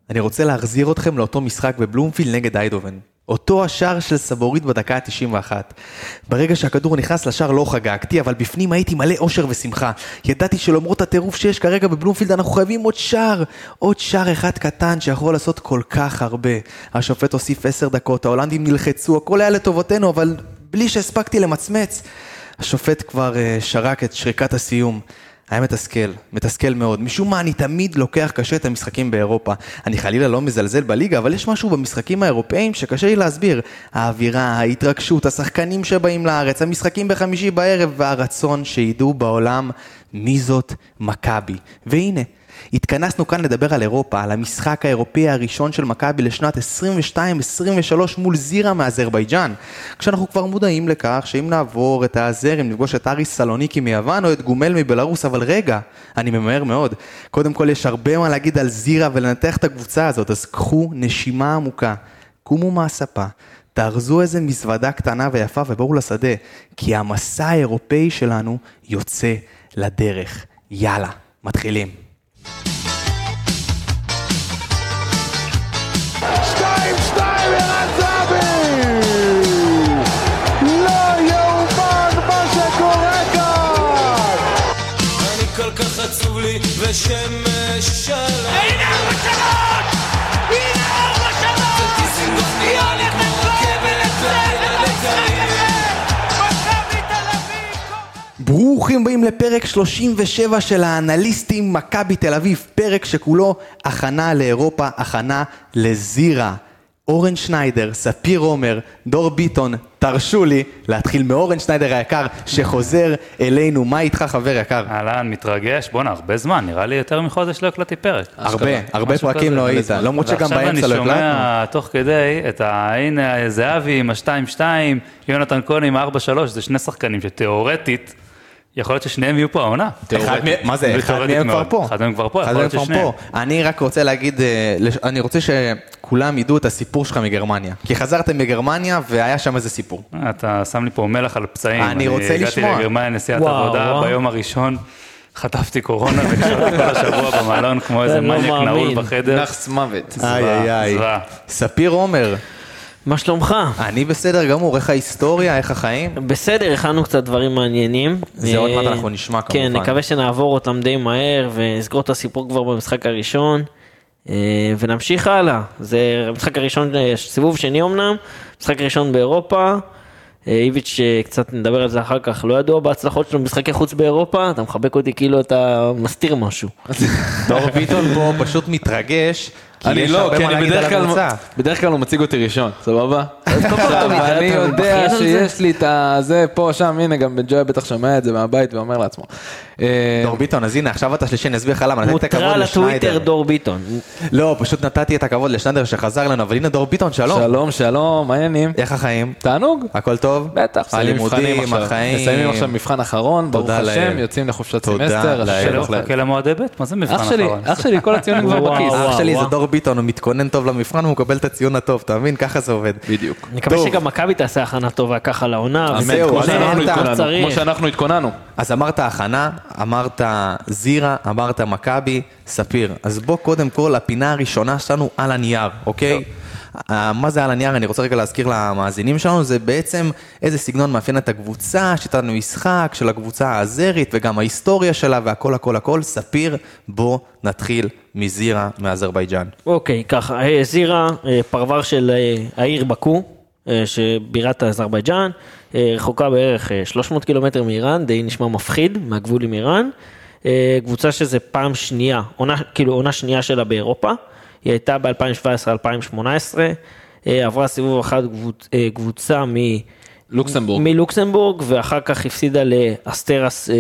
אני רוצה להחזיר אתכם לאותו משחק בבלומפילד נגד איידובן. אותו השער של סבורית בדקה ה-91. ברגע שהכדור נכנס לשער לא חגגתי, אבל בפנים הייתי מלא אושר ושמחה. ידעתי שלמרות הטירוף שיש כרגע בבלומפילד, אנחנו חייבים עוד שער אחד קטן שיכול לעשות כל כך הרבה. השופט הוסיף 10 דקות, ההולנדים נלחצו, הכל היה לטובתנו, אבל בלי שהספקתי למצמץ. השופט כבר שרק את שריקת הסיום. היה מתסכל מאוד. משום מה אני תמיד לוקח קשה את המשחקים באירופה. אני חלילה לא מזלזל בליגה, אבל יש משהו במשחקים האירופאים שקשה לי להסביר. האווירה, ההתרגשות, השחקנים שבאים לארץ, המשחקים בחמישי בערב, והרצון שידעו בעולם מי זאת מכבי. והנה, התכנסנו כאן לדבר על אירופה, על המשחק האירופאי הראשון של מכבי לשנת 22-23 מול זירה מאזרבייג'אן. כשאנחנו כבר מודעים לכך שאם נעבור את הזרם, נפגוש את אריס סלוניקי מיוון או את גומל מבלרוס, אבל רגע, אני ממהר מאוד. קודם כל יש הרבה מה להגיד על זירה ולנתח את הקבוצה הזאת, אז קחו נשימה עמוקה, קומו מהספה, תארזו איזה מזוודה קטנה ויפה ובואו לשדה, כי המסע האירופאי שלנו יוצא לדרך. יאללה, מתחילים. 2-2 ערן זהבי! לא יאומן מה שקורה כאן! אני כל כך עצוב לי ושמש שלם. הנה 4-3! הנה 4-3! וטיסינגוף נהיה לי כמו רכבת לילה לגליל. מכבי תל אביב! ברוכים באים לפרק 37 של האנליסטים מכבי תל אביב, פרק שכולו הכנה לאירופה, הכנה לזירה. אורן שניידר, ספיר עומר, דור ביטון, תרשו לי להתחיל מאורן שניידר היקר שחוזר אלינו. מה איתך חבר יקר? אהלן, מתרגש, בוא'נה, הרבה זמן, נראה לי יותר מחודש לא הקלטתי פרק. הרבה פרקים לא היית, למרות שגם באמצע לא ועכשיו אני הקלטנו. שומע תוך כדי את הנה זהבי עם ה-2-2, יונתן כהן עם ה-4-3, זה שני שחקנים שתיאורטית, יכול להיות ששניהם יהיו פה העונה. מה זה? אחד מהם כבר פה. אחד מהם כבר פה, יכול להיות ששניהם. אני רק רוצה להגיד, אני רוצה שכולם ידעו את הסיפור שלך מגרמניה. כי חזרתם מגרמניה והיה שם איזה סיפור. אתה שם לי פה מלח על פצעים. אני רוצה לשמוע. הגעתי לגרמניה נסיעת עבודה ביום הראשון, חטפתי קורונה ונשארתי כל השבוע במלון כמו איזה מניאק נעול בחדר. נחס מוות. איי. ספיר עומר. מה שלומך? אני בסדר גמור, איך ההיסטוריה, איך החיים? בסדר, הכנו קצת דברים מעניינים. זה עוד מעט אנחנו נשמע כמובן. כן, נקווה שנעבור אותם די מהר ונסגור את הסיפור כבר במשחק הראשון ונמשיך הלאה. זה המשחק הראשון, סיבוב שני אמנם, משחק ראשון באירופה. איביץ' קצת נדבר על זה אחר כך, לא ידוע בהצלחות שלו במשחקי חוץ באירופה, אתה מחבק אותי כאילו אתה מסתיר משהו. דור ביטון פה פשוט מתרגש, אני לא, כי אני בדרך כלל הוא מציג אותי ראשון, סבבה? עכשיו אני יודע שיש לי את זה פה, שם, הנה גם בן ג'וי בטח שומע את זה מהבית ואומר לעצמו. דור ביטון, אז הנה, עכשיו אתה שלישי, אני אסביר לך למה, נתתי את הכבוד מוטרל לשניידר. הטוויטר דור ביטון. לא, פשוט נתתי את הכבוד לשניידר שחזר לנו, אבל הנה דור ביטון, שלום. שלום, מה העניינים? איך החיים? תענוג? הכל טוב? בטח, הלימודים, החיים. מסיימים עכשיו מבחן אחרון, ברוך השם, יוצאים לחופשת סמסטר. חכה למועדי ב', מה זה מבחן אחרון? אח שלי, כל הציונים כבר בכיס. אח שלי זה דור ביטון, הוא מתכונן טוב למבחן, הוא מקבל את הציון הטוב, אתה מבין? ככה זה עובד. בדיוק. אני מקווה שגם מכבי תעשה הכנה טובה ככה לעונה. כמו שאנחנו התכוננו. אז אמרת הכנה, אמרת זירה, אמרת מכבי, ספיר. אז בוא קודם כל, הפינה הראשונה שלנו על הנייר, אוקיי? מה זה על הנייר? אני רוצה רגע להזכיר למאזינים שלנו, זה בעצם איזה סגנון מאפיין את הקבוצה, שיטת משחק של הקבוצה האזרית, וגם ההיסטוריה שלה והכל הכל הכל. ספיר, בוא נתחיל מזירה מאזרבייג'אן. אוקיי, ככה, זירה, פרבר של העיר בקו, שבירת אזרבייג'אן, רחוקה בערך 300 קילומטר מאיראן, די נשמע מפחיד מהגבול עם איראן, קבוצה שזה פעם שנייה, עונה שנייה שלה באירופה, היא הייתה ב-2017-2018, עברה סיבוב אחד קבוצה מלוקסמבורג, ואחר כך הפסידה לאסטרס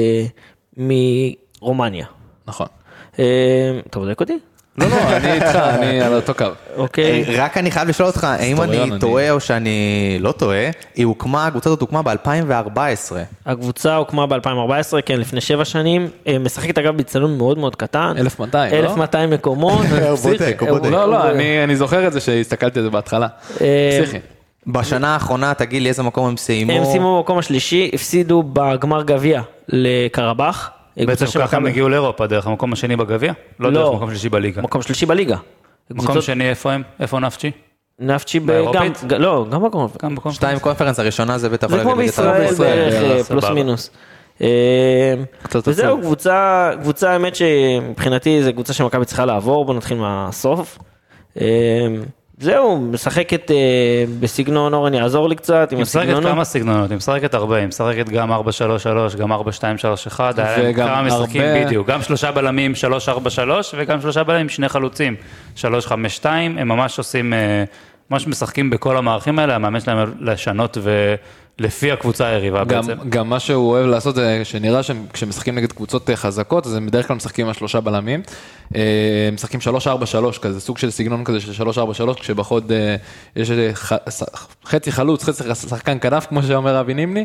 מרומניה. נכון. אתה בודק אותי? לא, אני איתך, אני על אותו קו. אוקיי. רק אני חייב לשאול אותך, האם אני טועה או שאני לא טועה, הקבוצה הזאת הוקמה ב-2014. הקבוצה הוקמה ב-2014, כן, לפני 7 שנים, משחקת אגב בצלון מאוד מאוד קטן. 1200, לא? 1200 מקומות. הוא בודק. לא, אני זוכר את זה שהסתכלתי על זה בהתחלה. פסיכי. בשנה האחרונה, תגיד לי איזה מקום הם סיימו? הם סיימו במקום השלישי, הפסידו בגמר גביע לקרבח. בעצם ככה הם הגיעו לאירופה, דרך המקום השני בגביע? לא דרך המקום שלישי בליגה. מקום שלישי בליגה. מקום שני, איפה הם? איפה נפצ'י? נפצ'י באירופית? לא, גם מקום. גם מקום. 2 קונפרנס, הראשונה זה בטח... זה כמו בישראל בערך פלוס מינוס. וזהו, קבוצה האמת שמבחינתי זה קבוצה שמכבי צריכה לעבור, בוא נתחיל מהסוף. זהו, משחקת בסגנון, אורן יעזור לי קצת עם הסגנונות. היא משחקת כמה סגנונות, היא משחקת הרבה, היא משחקת גם 4-3-3, גם 4-2-3-1, כמה משחקים בדיוק, גם 3 בלמים 3-4-3 וגם 3 בלמים 2 חלוצים, 3-5-2, הם ממש עושים, ממש משחקים בכל המערכים האלה, המאמן שלהם לשנות לפי הקבוצה היריבה בעצם. גם מה שהוא אוהב לעשות זה שנראה שכשמשחקים נגד קבוצות חזקות, אז הם בדרך כלל משחקים עם 3 בלמים, משחקים 3-4-3 כזה, סוג של סגנון כזה של 3-4-3, כשבחוד יש חצי חלוץ, חצי שחקן כנף, כמו שאומר אבי נימני,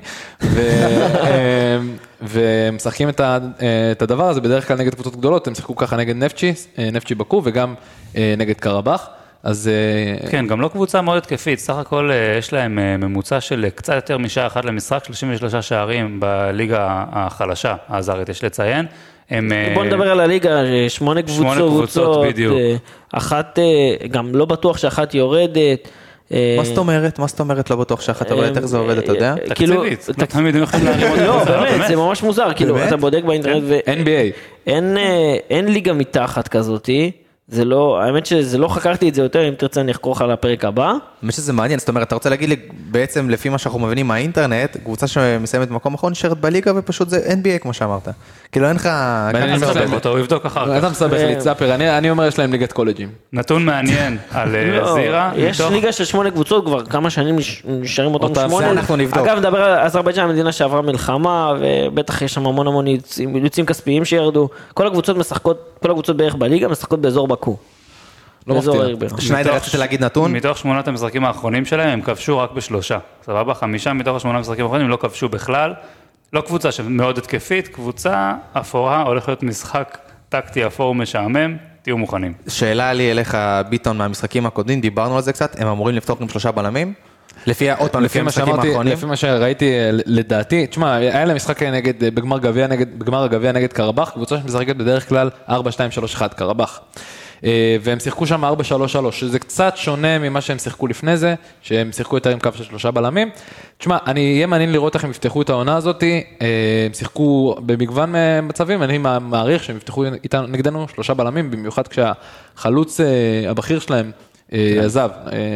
ומשחקים את הדבר הזה בדרך כלל נגד קבוצות גדולות, הם שיחקו ככה נגד נפצ'י בקו, וגם נגד קרבח. אז כן, גם לא קבוצה מאוד התקפית, סך הכל יש להם ממוצע של קצת יותר משעה אחת למשחק, 33 שערים בליגה החלשה, האזרית יש לציין. בוא נדבר על הליגה, 8 קבוצות, אחת, גם לא בטוח שאחת יורדת. מה זאת אומרת לא בטוח שאחת יורדת, איך זה עובד, אתה יודע? תקציבית, תמיד הם יכולים להרים עוד לא, באמת, זה ממש מוזר, כאילו, אתה בודק באינטרנט, NBA. אין ליגה מתחת כזאתי, זה לא, האמת שזה לא חקרתי את זה יותר, אם תרצה אני אחקור לך לפרק הבא. האמת שזה מעניין, זאת אומרת, אתה רוצה להגיד לי, בעצם לפי מה שאנחנו מבינים מהאינטרנט, קבוצה שמסיימת במקום אחרון נשארת בליגה, ופשוט זה NBA כמו שאמרת. כאילו אין לך... הוא יבדוק אחר כך. אתה מסבך לי, צפר, אני אומר יש להם ליגת קולג'ים. נתון מעניין על זירה. יש ליגה של 8 קבוצות, כבר כמה שנים נשארים אותם 8. אנחנו נבדוק. אגב, נדבר על אזרבייג'אן, המדינה שעברה מלחמה, ובטח יש שם המון אילוצים כספיים שירדו. כל הקבוצות בערך בליגה משחקות באזור בקו. לא מפתיע. שניידר, רצית להגיד נתון? מתוך 8 המשחקים האחרונים שלהם, הם כבשו רק ב3. סבבה? 5 מתוך 8 המשחקים האחרונים, הם לא כבשו בכלל. לא קבוצה שמאוד התקפית, קבוצה אפורה, הולך להיות משחק טקטי אפור משעמם, תהיו מוכנים. שאלה לי אליך, ביטון, מהמשחקים הקודמים, דיברנו על זה קצת, הם אמורים לפתוח עם 3 בלמים? לפי המשחקים האחרונים? לפי מה שראיתי, לדעתי, תשמע, היה להם משחק בגמר הגביע נגד קרבח, קבוצה שמשחקת בדרך כלל 4-2-3-1 קרבח. והם שיחקו שם 4-3-3, שזה קצת שונה ממה שהם שיחקו לפני זה, שהם שיחקו יותר עם קו של 3 בלמים. תשמע, אהיה מעניין לראות איך הם יפתחו את העונה הזאת, הם שיחקו במגוון מצבים, אני מעריך שהם יפתחו נגדנו 3 בלמים, במיוחד כשהחלוץ הבכיר שלהם עזב,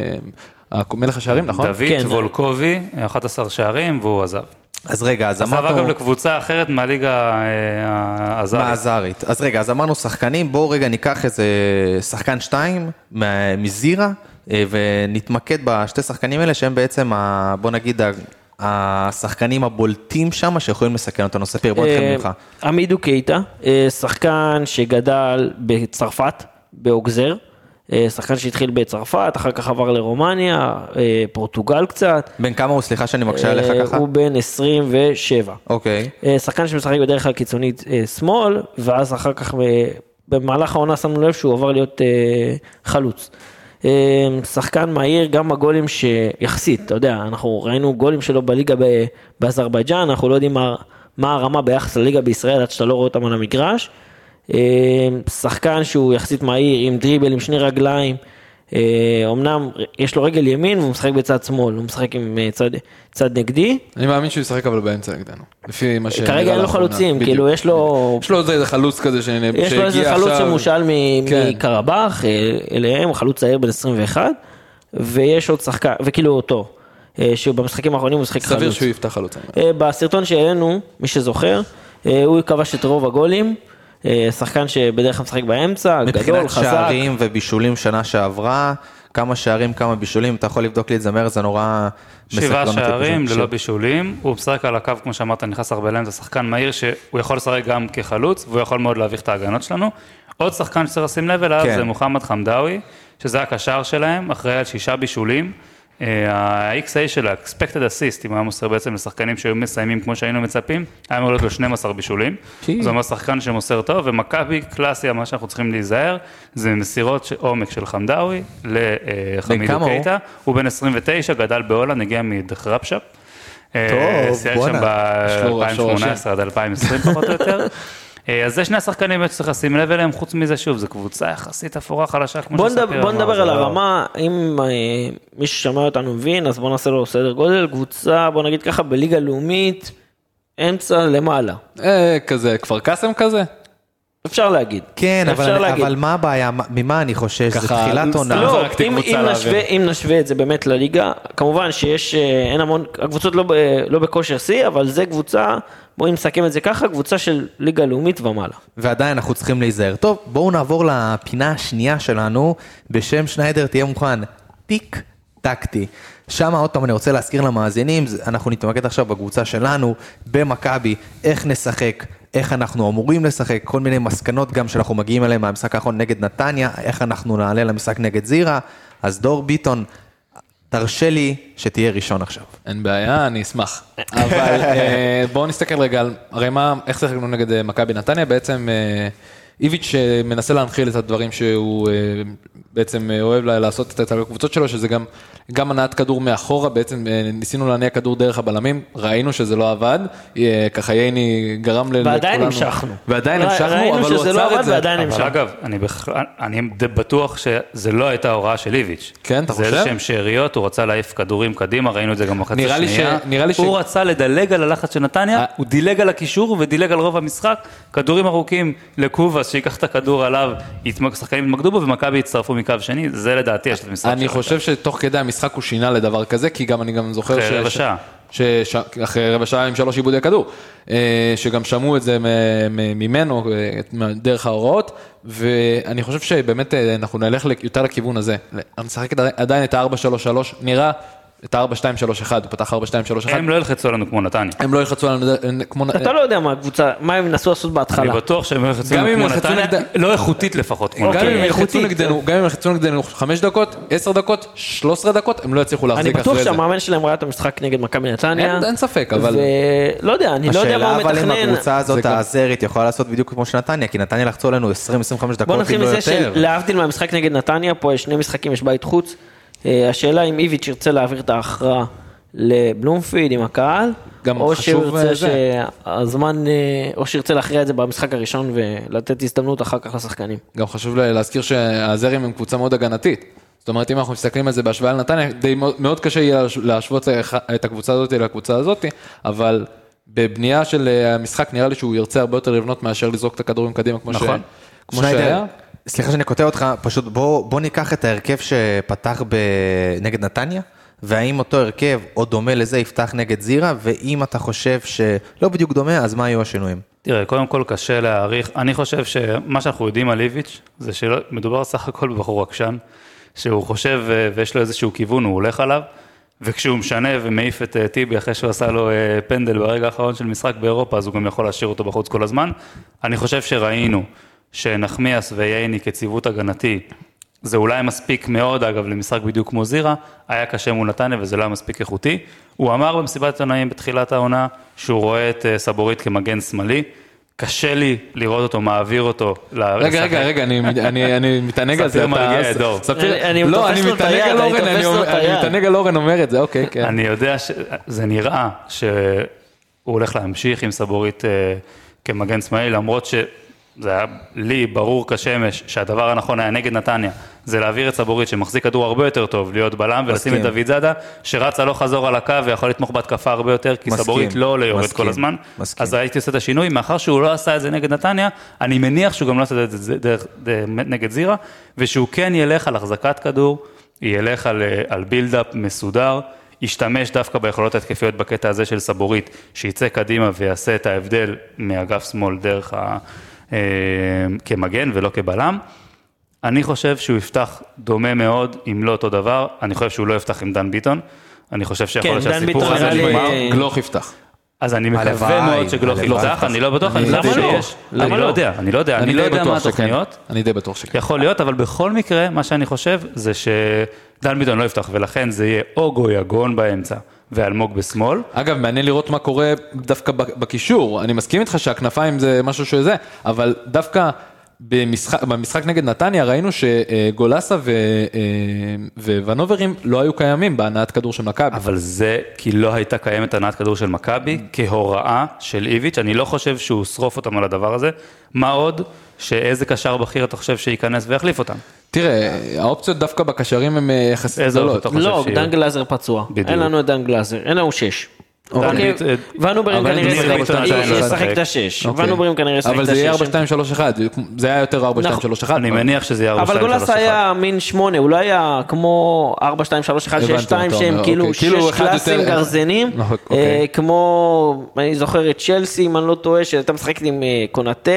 מלך השערים, נכון? דוד וולקובי, 11 שערים, והוא עזב. אז רגע, אז אמרנו... עזב אגב לקבוצה אחרת מהליגה האזרית. אז רגע, אז אמרנו שחקנים, בואו רגע ניקח איזה שחקן 2 מזירה, ונתמקד בשתי שחקנים האלה, שהם בעצם, בוא נגיד, השחקנים הבולטים שם, שיכולים לסכן אותנו. ספיר, בוא נתחיל ממך. עמידו קייטה, שחקן שגדל בצרפת, באוגזר, שחקן שהתחיל בצרפת, אחר כך עבר לרומניה, פורטוגל קצת. בן כמה הוא? סליחה שאני מקשה עליך ככה? הוא בן 27. אוקיי. שחקן שמשחק בדרך כלל קיצונית שמאל, ואז אחר כך במהלך העונה שמנו לב שהוא עבר להיות חלוץ. שחקן מהיר, גם הגולים שיחסית, אתה יודע, אנחנו ראינו גולים שלו בליגה באזרבייג'אן, אנחנו לא יודעים מה הרמה ביחס לליגה בישראל, עד שאתה לא רואה אותם על המגרש. שחקן שהוא יחסית מהיר, עם דריבל, עם 2 רגליים, אמנם יש לו רגל ימין, והוא משחק בצד שמאל, הוא משחק עם צד נגדי. אני מאמין שהוא ישחק אבל באמצע נגדנו, לפי מה כרגע אין לו חלוצים, כאילו יש לו... יש לו איזה חלוץ כזה שהגיע עכשיו... יש לו איזה חלוץ שמושל מקרבח, אליהם, חלוץ צעיר בן 21, ויש עוד שחקן, וכאילו אותו, שהוא במשחקים האחרונים הוא משחק חלוץ. סביר שהוא יפתח חלוץ. בסרטון שהעלינו, מי שזוכר, הוא כבש את רוב הגולים, שחקן שבדרך כלל משחק באמצע, גדול, חזק. מבחינת שערים ובישולים שנה שעברה, כמה שערים, כמה בישולים, אתה יכול לבדוק לי את זה מהר, זה נורא... 7 שערים ללא בישולים, הוא משחק על הקו, כמו שאמרת, נכנס הרבה להם, זה שחקן מהיר שהוא יכול לשחק גם כחלוץ, והוא יכול מאוד להביך את ההגנות שלנו. עוד שחקן שצריך לשים לב אליו, זה מוחמד חמדאווי, שזה הקשר שלהם, אחראי על 6 בישולים. ה-XA של ה-Expected Assist, אם היה מוסר בעצם לשחקנים שהיו מסיימים כמו שהיינו מצפים, היה אמור להיות לו 12 בישולים, זה אומר שחקן שמוסר טוב, ומכבי קלאסיה, מה שאנחנו צריכים להיזהר, זה מסירות עומק של חמדאווי לחמידו קייטה, הוא בן 29, גדל בהולנד, הגיע מדחרפשאפ, סייג שם ב-2018 עד 2020 פחות או יותר, אז זה שני השחקנים שצריך לשים לב אליהם, חוץ מזה שוב, זו קבוצה יחסית אפורה חלשה, כמו שספיר. בוא נדבר על הרמה, אם מי ששמע אותנו מבין, אז בוא נעשה לו סדר גודל, קבוצה, בוא נגיד ככה, בליגה לאומית, אמצע למעלה. כזה, כפר קאסם כזה? אפשר להגיד. כן, אבל מה הבעיה? ממה אני חושש? זה תחילת עונה. לא, אם נשווה את זה באמת לליגה, כמובן שיש, אין המון, הקבוצות לא בכושר C, אבל זה קבוצה, בואו נסכם את זה ככה, קבוצה של ליגה לאומית ומעלה. ועדיין אנחנו צריכים להיזהר. טוב, בואו נעבור לפינה השנייה שלנו, בשם שניידר תהיה מוכן, פיק טקטי. שם עוד פעם אני רוצה להזכיר למאזינים, אנחנו נתמקד עכשיו בקבוצה שלנו, במכבי, איך נשחק, איך אנחנו אמורים לשחק, כל מיני מסקנות גם שאנחנו מגיעים אליהם מהמשחק האחרון נגד נתניה, איך אנחנו נעלה למשחק נגד זירה, אז דור ביטון, תרשה לי שתהיה ראשון עכשיו. אין בעיה, אני אשמח. אבל בואו נסתכל רגע על, הרי איך שיחקנו נגד מכבי נתניה, בעצם איביץ' מנסה להנחיל את הדברים שהוא בעצם אוהב לעשות את הקבוצות שלו, שזה גם הנעת כדור מאחורה, בעצם ניסינו להניע כדור דרך הבלמים, ראינו שזה לא עבד, ככה ייני גרם ועדיין המשכנו. ועדיין המשכנו, אבל הוא עצר את זה. אבל אגב, אני בטוח שזה לא הייתה הוראה של איביץ'. כן, אתה חושב? זה איזשהם שאריות, הוא רצה להעיף כדורים קדימה, ראינו את זה גם בחצי שנייה. הוא רצה לדלג על הלחץ של נתניה, הוא דילג על הקישור ודילג על רוב המשחק, כדורים ארוכים לקובאס שיקח את הכדור עליו, שחקנים יתמקדו בו ומכבי יצטרפו מקו שני, זה לדעתי יש את המשחק. אני חושב שתוך כדי המשחק הוא שינה לדבר כזה, כי גם אני גם זוכר אחרי רבע שעה עם 3 עיבודי כדור, שגם שמעו את זה ממנו דרך ההוראות, ואני חושב שבאמת אנחנו נלך יותר לכיוון הזה. אני משחק עדיין את ה-4-3-3, נראה את ה-4-2-3-1, הוא פתח 4-2-3-1. הם לא ילחצו לנו כמו נתניה. הם לא ילחצו לנו כמו נתניה. אתה לא יודע מה הקבוצה, מה הם נסו לעשות בהתחלה. אני בטוח שהם לא ילחצו לנו כמו נתניה, לא איכותית לפחות. גם אם ילחצו נגדנו 5 דקות, 10 דקות, 13 דקות, הם לא יצליחו להחזיק אחרי זה. אני בטוח שהמאמן שלהם ראה את המשחק נגד מכבי נתניה. אין ספק, אבל... לא יודע, אני לא יודע מה הוא מתכנן. השאלה אבל אם הקבוצה הזאת העזרית יכולה לעשות בדיוק כמו שנתניה, כי נתניה לחצו לנו 20-25 דקות, אם לא יותר. להבדיל מהמשחק נגד נתניה, פה יש 2 משחקים, יש בית חוץ. השאלה אם איביץ' ירצה להעביר את ההכרעה לבלומפילד עם הקהל, או שירצה שהזמן, או שירצה להכריע את זה במשחק הראשון ולתת הזדמנות אחר כך לשחקנים. גם חשוב להזכיר שהזרים הם קבוצה מאוד הגנתית. זאת אומרת, אם אנחנו מסתכלים על זה בהשוואה לנתניה, מאוד קשה יהיה להשוות את הקבוצה הזאת לקבוצה הזאת, אבל בבנייה של המשחק נראה לי שהוא ירצה הרבה יותר לבנות מאשר לזרוק את הכדורים קדימה כמו שהיה. סליחה שאני קוטע אותך, פשוט בוא ניקח את ההרכב שפתח נגד נתניה, והאם אותו הרכב או דומה לזה יפתח נגד זירה, ואם אתה חושב שלא בדיוק דומה, אז מה היו השינויים? תראה, קודם כל קשה להעריך, אני חושב שמה שאנחנו יודעים על איביץ' זה שמדובר סך הכל בחור עקשן, שהוא חושב ויש לו איזשהו כיוון, הוא הולך עליו, וכשהוא משנה ומעיף את טיבי אחרי שהוא עשה לו פנדל ברגע האחרון של משחק באירופה, אז הוא גם יכול להשאיר אותו בחוץ כל הזמן. אני חושב שראינו שנחמיאס וייני כציוות הגנתי, זה אולי מספיק מאוד, אגב, למשחק בדיוק כמו זירה, היה קשה מול נתניה וזה לא היה מספיק איכותי. הוא אמר במסיבת עיתונאים בתחילת העונה, שהוא רואה את סבורית כמגן שמאלי, קשה לי לראות אותו, מעביר אותו. רגע, אני מתענג על זה. ספיר מרגיע את דור. לא, אני מתענג על אורן אומר את זה, אוקיי, כן. אני יודע שזה נראה שהוא הולך להמשיך עם סבורית כמגן שמאלי, למרות ש... זה היה לי ברור כשמש שהדבר הנכון היה נגד נתניה, זה להעביר את סבורית שמחזיק כדור הרבה יותר טוב, להיות בלם ולשים את דוד זאדה, שרץ לא חזור על הקו ויכול לתמוך בהתקפה הרבה יותר, כי סבורית לא עולה יורד כל הזמן, אז הייתי עושה את השינוי, מאחר שהוא לא עשה את זה נגד נתניה, אני מניח שהוא גם לא עשה את זה נגד זירה, ושהוא כן ילך על החזקת כדור, ילך על בילדאפ מסודר, ישתמש דווקא ביכולות התקפיות בקטע הזה של סבורית, שיצא קדימה ויעשה את ההבדל מאגף שמאל דרך כמגן ולא כבלם. אני חושב שהוא יפתח דומה מאוד, אם לא אותו דבר. אני חושב שהוא לא יפתח עם דן ביטון. אני חושב שיכול להיות שהסיפור הזה נגמר. גלוך יפתח. אז אני מקווה מאוד שגלוך יפתח, אני לא בטוח, אני לא יודע מה התוכניות. אני די בטוח שכן. יכול להיות, אבל בכל מקרה, מה שאני חושב זה שדן ביטון לא יפתח, ולכן זה יהיה או גויגון באמצע, ואלמוג בשמאל. אגב, מעניין לראות מה קורה דווקא בקישור. אני מסכים איתך שהכנפיים זה משהו שזה, אבל דווקא במשחק נגד נתניה ראינו שגולסה וונוברים לא היו קיימים בהנעת כדור של מכבי. אבל זה כי לא הייתה קיימת הנעת כדור של מכבי, כהוראה של איביץ', אני לא חושב שהוא שרוף אותם על הדבר הזה, מה עוד שאיזה קשר בכיר אתה חושב שייכנס ויחליף אותם? תראה, האופציות דווקא בקשרים הם יחסית גדולות. לא, דן גלאזר פצוע, אין לנו את דן גלאזר, אין לנו 6. ונוברים כנראה ישחק את ה-6, ונוברים כנראה ישחק את ה-6. אבל זה יהיה 4-2-3-1, זה היה יותר 4-2-3-1. אני מניח שזה יהיה 4-2-3-1. אבל גולסה היה מין 8, הוא לא היה כמו 4-2-3-1-6-2 שהם כאילו 6 קלאסים גרזנים, כמו, אני זוכר את צ'לסי, אם אני לא טועה, שאתה משחקת עם קונאטה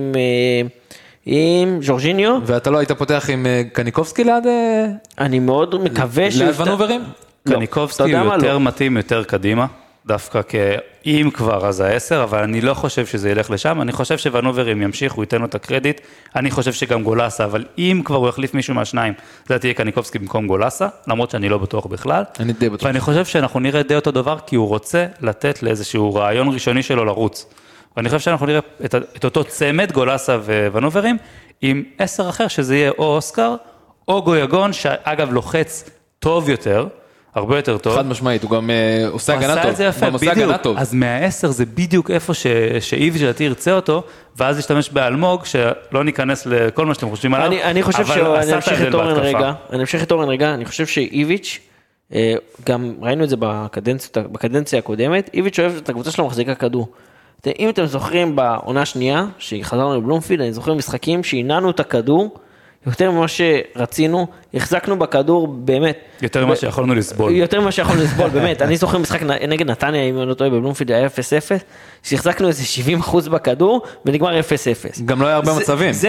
ועם ז'ורג'יניו. ואתה לא היית פותח עם קניקובסקי ליד... אני מאוד מקווה ליד ונוברים? קניקובסקי יותר מתאים, יותר קדימה. דווקא אם כבר אז ה-10, אבל אני לא חושב שזה ילך לשם, אני חושב שוונוברים ימשיך, הוא ייתן לו את הקרדיט, אני חושב שגם גולסה, אבל אם כבר הוא יחליף מישהו מהשניים, זה תהיה קניקובסקי במקום גולסה, למרות שאני לא בטוח בכלל, אני די בטוח. ואני חושב שאנחנו נראה די אותו דבר, כי הוא רוצה לתת לאיזשהו רעיון ראשוני שלו לרוץ, ואני חושב שאנחנו נראה את אותו צמד, גולסה וונוברים, עם 10 אחר, שזה יהיה או אוסקר, או גויגון, שאגב לוחץ טוב יותר, הרבה יותר טוב. חד משמעית, הוא גם עושה הגנה טוב. עשה את זה יפה, בדיוק. אז מה-10 זה בדיוק איפה שאיבי שלתי ירצה אותו, ואז להשתמש באלמוג, שלא ניכנס לכל מה שאתם חושבים עליו. אני חושב שאני אמשיך את אורן רגע, אני חושב שאיביץ', גם ראינו את זה בקדנציה הקודמת, איביץ' אוהב את הקבוצה שלו מחזיקה כדור. אם אתם זוכרים בעונה השנייה, שחזרנו לבלומפילד, אני זוכר משחקים שעיננו את הכדור, יותר ממה שרצינו, החזקנו בכדור באמת. יותר ממה שיכולנו לסבול. יותר ממה שיכולנו לסבול, באמת. אני זוכר משחק נגד נתניה, אם אני לא טועה, בבלומפילד היה 0-0, שהחזקנו איזה 70% בכדור, ונגמר 0-0. גם לא היה הרבה מצבים. זה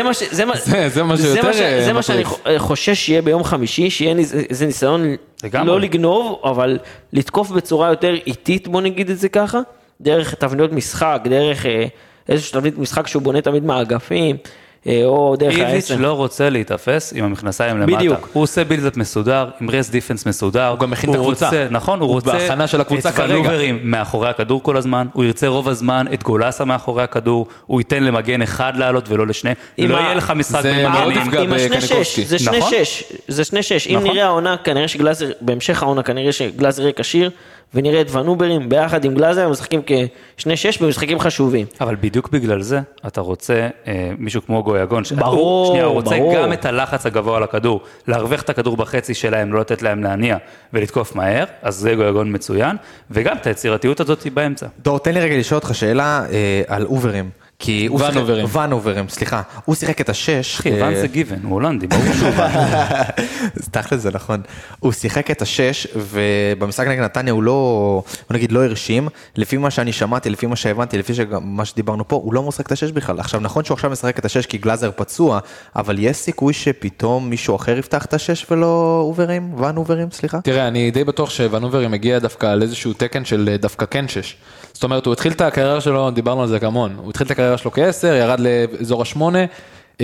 מה שאני חושש שיהיה ביום חמישי, שיהיה איזה ניסיון לא לגנוב, אבל לתקוף בצורה יותר איטית, בוא נגיד את זה ככה, דרך תבניות משחק, דרך איזושהי תבנית משחק שהוא בונה תמיד מהאגפים, או דרך איביץ' לא רוצה להתאפס עם המכנסיים למטה. בדיוק. הוא עושה בילדאפ מסודר, עם רס דיפנס מסודר. הוא גם מכין את הקבוצה. נכון, הוא רוצה בהכנה של הקבוצה כרגע. את ונוברים מאחורי הכדור כל הזמן, הוא ירצה רוב הזמן את גולסה מאחורי הכדור, הוא ייתן למגן אחד לעלות ולא לשני. לא יהיה לך משחק עם ה-2-6, זה 2-6. אם נראה העונה, כנראה שגלאזר, בהמשך העונה, כנראה שגלאזר יהיה כשיר, ונראה את ונוברים ביחד עם גלאזר, הם משחקים כ-2-6 במשחקים חשובים. אבל בדיוק בגלל זה, אתה רוצה מישהו כמו גויגון, ברור, הוא רוצה גם את הלחץ הגבוה על הכדור, להרוויח את הכדור בחצי שלהם, לא לתת להם להניע ולתקוף מהר, אז זה גויגון מצוין, וגם את היצירתיות הזאת היא באמצע. דור, תן לי רגע לשאול אותך שאלה על אוברים. כי ונוברים, סליחה, הוא שיחק את 6. אחי, ון זה גיוון, הוא הולנדי, ברור שהוא ון. תכל'ס זה נכון. הוא שיחק את 6, ובמשחק נגד נתניה הוא לא, בוא נגיד, לא הרשים. לפי מה שאני שמעתי, לפי מה שהבנתי, לפי מה שדיברנו פה, הוא לא משחק את 6 בכלל. עכשיו, נכון שהוא עכשיו משחק את 6 כי גלאזר פצוע, אבל יש סיכוי שפתאום מישהו אחר יפתח את 6 ולא ונוברים, סליחה? תראה, אני די בטוח שוונוברים מגיע דווקא על איזשהו תקן של דווקא כן 6. זאת אומרת, הוא התחיל את הקריירה שלו, דיברנו על זה כמון, הוא התחיל את הקריירה שלו כ-10, ירד לאזור ה-8,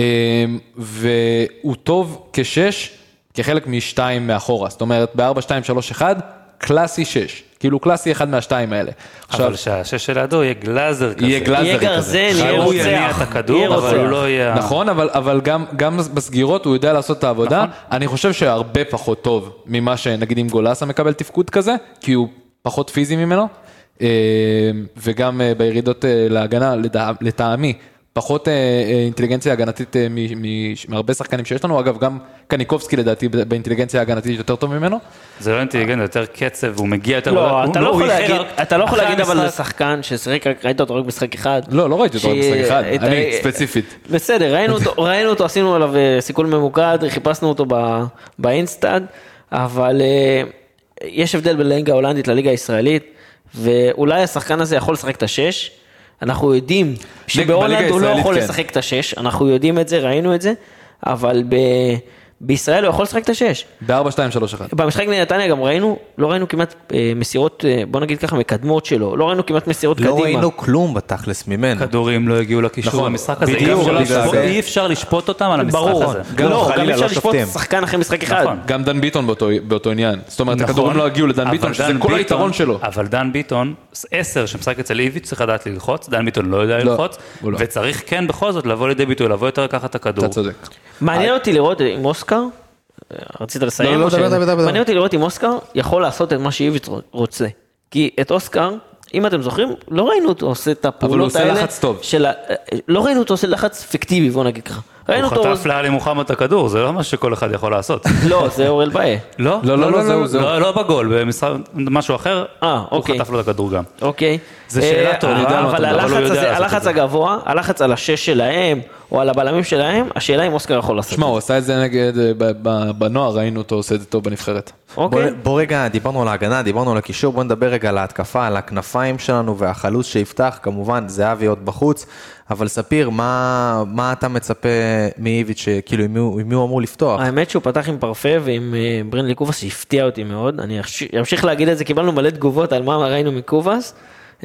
והוא טוב כ-6, כחלק מ-2 מאחורה, זאת אומרת, ב-4-2-3-1, קלאסי 6, כאילו קלאסי אחד מהשתיים האלה. אבל שהשש שלעדו יהיה גלאזר כזה. יהיה גלאזר כזה. יהיה גרזן, יהיה רוצח. הוא יניע את הכדור, אבל הוא לא יהיה... נכון, אבל גם בסגירות הוא יודע לעשות את העבודה. אני חושב שהרבה פחות טוב ממה שנגיד אם גולסה מקבל תפקוד כזה, כי הוא פחות פיזי ממנו. וגם בירידות להגנה, לטעמי, פחות אינטליגנציה הגנתית מהרבה שחקנים שיש לנו, אגב גם קניקובסקי לדעתי באינטליגנציה הגנתית יותר טוב ממנו. זה לא אינטליגנט, זה יותר קצב, הוא מגיע יותר... לא, אתה לא יכול להגיד אבל לשחקן ששחק, ראית אותו רק משחק אחד. לא ראיתי אותו רק משחק אחד, אני ספציפית. בסדר, ראינו אותו, עשינו עליו סיכול ממוקד, חיפשנו אותו באינסטאד, אבל יש הבדל בין ליגה ההולנדית לליגה הישראלית, ואולי השחקן הזה יכול לשחק את 6, אנחנו יודעים שבהולנד הוא לא יכול לשחק את 6, אנחנו יודעים את זה, ראינו את זה, אבל בישראל הוא יכול לשחק את השש. ב-4-2-3-1. במשחק נתניה גם לא ראינו כמעט מסירות, בוא נגיד ככה, מקדמות שלו, לא ראינו כמעט מסירות קדימה. לא ראינו כלום בתכלס ממנו. כדורים לא הגיעו לקישור במשחק הזה, אי אפשר לשפוט אותם על המשחק הזה. לא, גם אפשר לשפוט שחקן אחרי משחק אחד. גם דן ביטון באותו עניין, זאת אומרת, הכדורים לא הגיעו לדן ביטון, שזה כל היתרון שלו. אבל דן ביטון, 10 שמשחק אצל איביץ' צריך לדעת ללחוץ, דן ביטון לא יודע ללחוץ, וצריך כן בכל זאת לבוא לידי ביטוי, לבוא יותר לקחת את הכדור. אתה צודק. מעניין אותי לראות עם אוסקר, רצית לסיים? לא, דבר. מעניין אותי לראות אם אוסקר יכול לעשות את מה שאיביץ' רוצה. כי את אוסקר, אם אתם זוכרים, לא ראינו אותו עושה את הפעולות האלה. אבל הוא עושה לחץ טוב. לא ראינו אותו עושה לחץ פיקטיבי, בוא נגיד ככה. הוא חטף לאלי מוחמד את הכדור, זה לא מה שכל אחד יכול לעשות. לא, זה אורל באי. לא בגול, במשהו אחר, הוא חטף לו את הכדור גם. אוקיי. זה שאלה טובה, אבל הלחץ הגבוה, הלחץ על השש שלהם, או על הבלמים שלהם, השאלה אם אוסקר יכול לעשות. שמע, הוא עשה את זה נגד, בנוער ראינו אותו עושה את זה טוב בנבחרת. בוא רגע, דיברנו על ההגנה, דיברנו על הקישור, בוא נדבר רגע על ההתקפה, על הכנפיים שלנו והחלוץ שיפתח, כמובן זהבי עוד בחוץ, אבל ספיר, מה אתה מצפה מאיביץ' כאילו עם מי הוא אמור לפתוח? האמת שהוא פתח עם פרפה ועם ברנלי קובס שהפתיע אותי מאוד, אני אמשיך להגיד את זה, קיבלנו מלא תגובות על מה ראינו מקובס.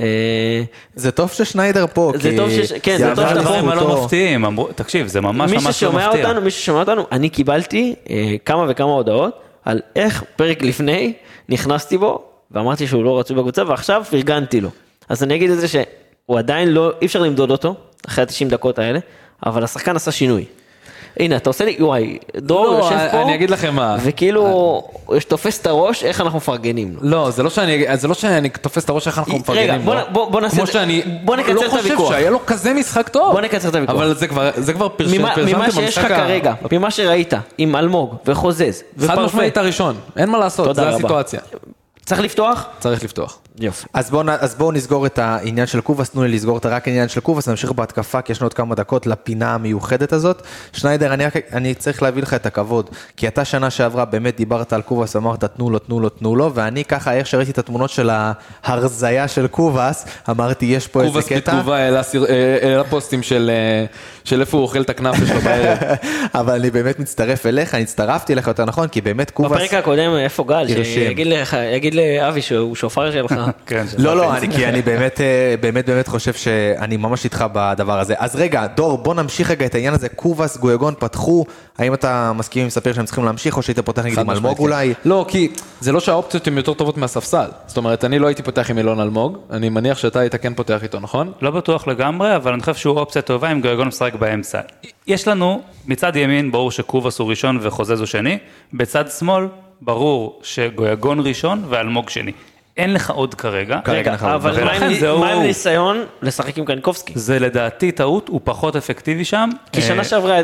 זה טוב ששניידר פה, זה טוב כן, זה טוב שאתה פה. לא מפתיעים, תקשיב, זה ממש ממש לא מפתיע. מי ששומע אותנו, אני קיבלתי כמה וכמה הודעות על איך פרק לפני נכנסתי בו, ואמרתי שהוא לא רצוי בקבוצה, ועכשיו פרגנתי לו. אז אני אגיד את זה שהוא עדיין לא, אי אפשר למדוד אותו, אחרי 90 דקות האלה, אבל השחקן עשה שינוי. הנה, אתה עושה לי, וואי, דור יושב פה, אני אגיד לכם מה. וכאילו, תופס את הראש, איך אנחנו מפרגנים לו. לא, זה לא שאני תופס את הראש, איך אנחנו מפרגנים לו. רגע, בוא נעשה, בוא נקצר את הוויכוח. לא חושב שהיה לו כזה משחק טוב. בוא נקצר את הוויכוח. אבל זה כבר פרסמתם ממה שיש לך כרגע, ממה שראית, עם אלמוג וחוזז, חד משמעית הראשון, אין מה לעשות, זה הסיטואציה. צריך לפתוח? צריך לפתוח. יופי. אז בואו נסגור את העניין של קובס, תנו לי לסגור את רק העניין של קובס, נמשיך בהתקפה, כי יש לנו עוד כמה דקות לפינה המיוחדת הזאת. שניידר, אני צריך להביא לך את הכבוד, כי אתה שנה שעברה באמת דיברת על קובס, אמרת תנו לו, ואני ככה, איך שראיתי את התמונות של ההרזיה של קובס, אמרתי, יש פה איזה קטע. קובס בתגובה אל הפוסטים של איפה הוא אוכל את הכנף שלו בערב. אבל אני באמת מצטרף אליך, אני הצטרפתי אליך יותר נכון, כי באמת קובס... בפרק הקודם, איפה גל, שיגיד לאבי שהוא שופר שלך. לא, כי אני באמת חושב שאני ממש איתך בדבר הזה. אז רגע, דור, בוא נמשיך רגע את העניין הזה, קובס, גויגון פתחו, האם אתה מסכים עם ספיר שהם צריכים להמשיך, או שהיית פותח נגיד עם אלמוג אולי? לא, כי זה לא שהאופציות הן יותר טובות מהספסל. זאת אומרת, אני לא הייתי פותח עם אילון אלמוג, אני מניח שאתה היית כן פותח איתו, נכון? לא בטוח לגמרי, אבל אני חושב שהוא אופציה טובה אם גויגון משחק באמצע. יש לנו, מצד ימין, ברור שקובס הוא ראשון וחוזז הוא שני, בצד שמאל, ברור שגויגון ראשון ואלמוג שני. אין לך עוד כרגע. אבל מה עם ניסיון לשחק עם קניקובסקי? זה לדעתי טעות, הוא פחות אפקטיבי שם. כי שנה שעברה...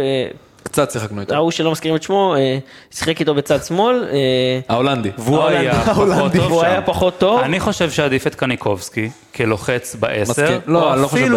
קצת שיחקנו איתו. ההוא שלא מזכירים את שמו, שיחק איתו בצד שמאל. ההולנדי. והוא היה פחות טוב. אני חושב שעדיף את קניקובסקי כלוחץ ב-10. לא, אני לא חושב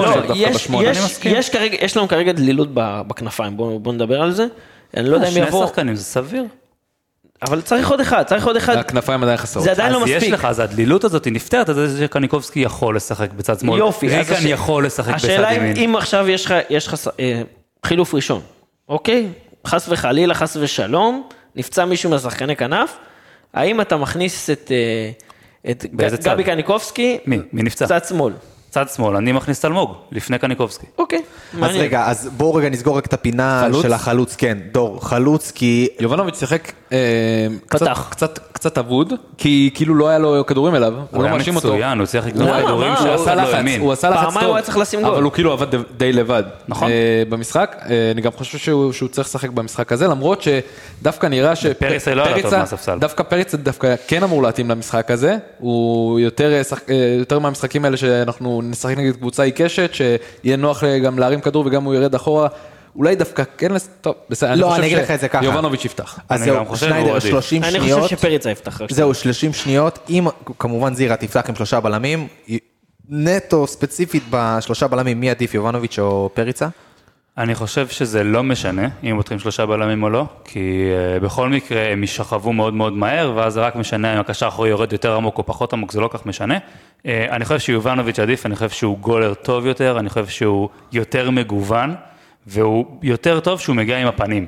ב-10. יש לנו כרגע דלילות בכנפיים, בואו נדבר על זה. אני לא יודע אם יבוא... שני שחקנים, זה סביר. אבל צריך עוד אחד. הכנפיים עדיין חסרות. זה עדיין לא מספיק. אז יש לך, אז הדלילות הזאת היא נפתרת, אז שקניקובסקי יכול לשחק בצד שמאל. יופי. ריקן יכול לשחק בצד ימין. השאלה אם עכשיו יש לך חילוף ראשון, אוקיי? חס וחלילה, חס ושלום, נפצע מישהו מהשחקני כנף, האם אתה מכניס את גבי קניקובסקי? מי נפצע? צד שמאל. צד שמאל, אני מכניס את אלמוג, לפני קניקובסקי. אוקיי, מעניין. אז רגע, אז בואו רגע נסגור רק את הפינה של החלוץ, כן, דור, חלוץ, כי... יובנוביץ' שיחק קצת אבוד, כי כאילו לא היה לו כדורים אליו, הוא היה מצוין, הוא צריך לקנות כדורים שעשה לחץ, הוא עשה לחץ פעמיים הוא היה צריך לשים גול. אבל הוא כאילו עבד די לבד. נכון. במשחק, אני גם חושב שהוא צריך לשחק במשחק הזה, למרות שדווקא נראה דווקא פריצה דווקא כן אמור להתאים למשחק הזה, הוא יותר מהמשחקים האלה שאנחנו נשחק נגד קבוצה עיקשת, שיהיה נוח גם להרים כדור וגם הוא ירד אחורה, אולי דווקא כן, טוב, בסדר, אני חושב שיובנוביץ' יפתח. אז זהו, שניידר, 30 שניות. אני חושב שפריצה יפתח. זהו, 30 שניות, אם כמובן זירה תפתח עם 3 בלמים, נטו ספציפית ב3 בלמים, מי עדיף, יובנוביץ' או פריצה? אני חושב שזה לא משנה, אם פותחים 3 בלמים או לא, כי בכל מקרה הם ישכבו מאוד מאוד מהר, ואז זה רק משנה אם הקשר אחורי יורד יותר עמוק או פחות עמוק, זה לא כך משנה. אני חושב שיובנוביץ' עדיף, אני חושב שהוא גולר טוב יותר, אני חושב שהוא יותר מגוון, והוא יותר טוב שהוא מגיע עם הפנים.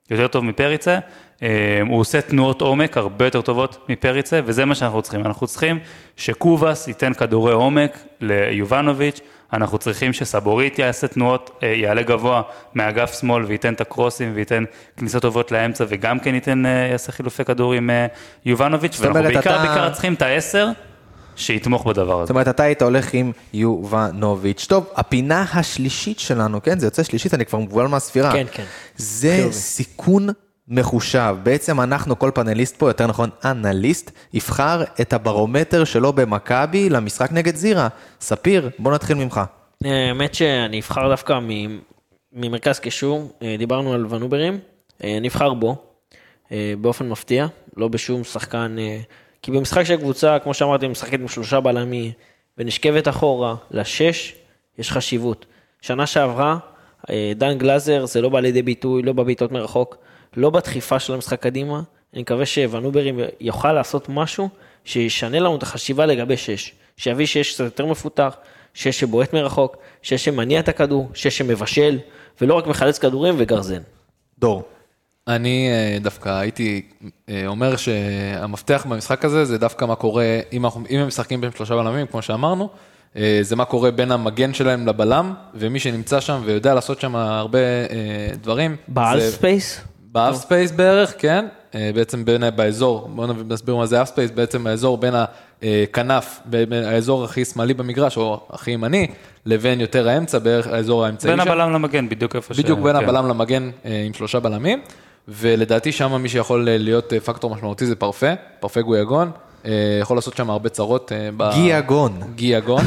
יותר טוב מפריצה, הוא עושה תנועות עומק הרבה יותר טובות מפריצה, וזה מה שאנחנו צריכים. אנחנו צריכים שקובס ייתן כדורי עומק ליובנוביץ', אנחנו צריכים שסבורית יעשה תנועות, יעלה גבוה מאגף שמאל, וייתן את הקרוסים, וייתן כניסות טובות לאמצע, וגם כן יעשה חילופי כדור עם יובנוביץ', ואנחנו בעיקר צריכים את ה10, שיתמוך בדבר הזה. זאת אומרת, אתה היית הולך עם יובנוביץ'. טוב, הפינה השלישית שלנו, כן, זה יוצא שלישית, אני כבר מבוהל מהספירה. כן, כן. זה סיכון מחושב. בעצם אנחנו, כל פאנליסט פה, יותר נכון, אנליסט, יבחר את הברומטר שלו במכבי למשחק נגד זירה. ספיר, בוא נתחיל ממך. האמת שאני אבחר דווקא ממרכז קישור, דיברנו על ונוברים, אני אבחר בו, באופן מפתיע, לא בשום שחקן, כי במשחק של קבוצה, כמו שאמרתי, משחקת עם 3 בלמים, ונשכבת אחורה ל6, יש חשיבות. שנה שעברה, דן גלזר, זה לא בא לידי ביטוי, לא בביטות מרחוק, לא בדחיפה של המשחק קדימה, אני מקווה שוונוברים יוכל לעשות משהו, שישנה לנו את החשיבה לגבי 6, שיביא 6 קצת יותר מפותח, 6 שבועט מרחוק, 6 שמניע את הכדור, 6 שמבשל, ולא רק מחלץ כדורים וגרזן. דור. אני דווקא הייתי אומר שהמפתח במשחק הזה זה דווקא מה קורה, אם הם משחקים בין 3 בלמים, כמו שאמרנו, זה מה קורה בין המגן שלהם לבלם, ומי שנמצא שם ויודע לעשות שם הרבה דברים. באלף ספייס? באלף ספייס בערך, כן. בעצם באזור, בואו נסביר מה זה אלף ספייס, בעצם האזור בין הכנף, האזור הכי שמאלי במגרש, או הכי ימני, לבין יותר האמצע, בערך האזור האמצעי שם. בין הבלם למגן, בדיוק איפה בדיוק בין הבלם למגן עם 3 בלמים, ולדעתי שם מי שיכול להיות פקטור משמעותי זה פרפה גויגון, יכול לעשות שם הרבה צרות. גיאגון.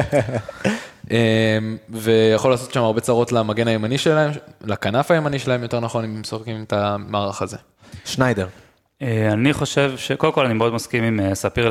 ויכול לעשות שם הרבה צרות למגן הימני שלהם, לכנף הימני שלהם יותר נכון, אם משחקים את המערך הזה. שניידר. אני חושב שקודם כל אני מאוד מסכים עם ספיר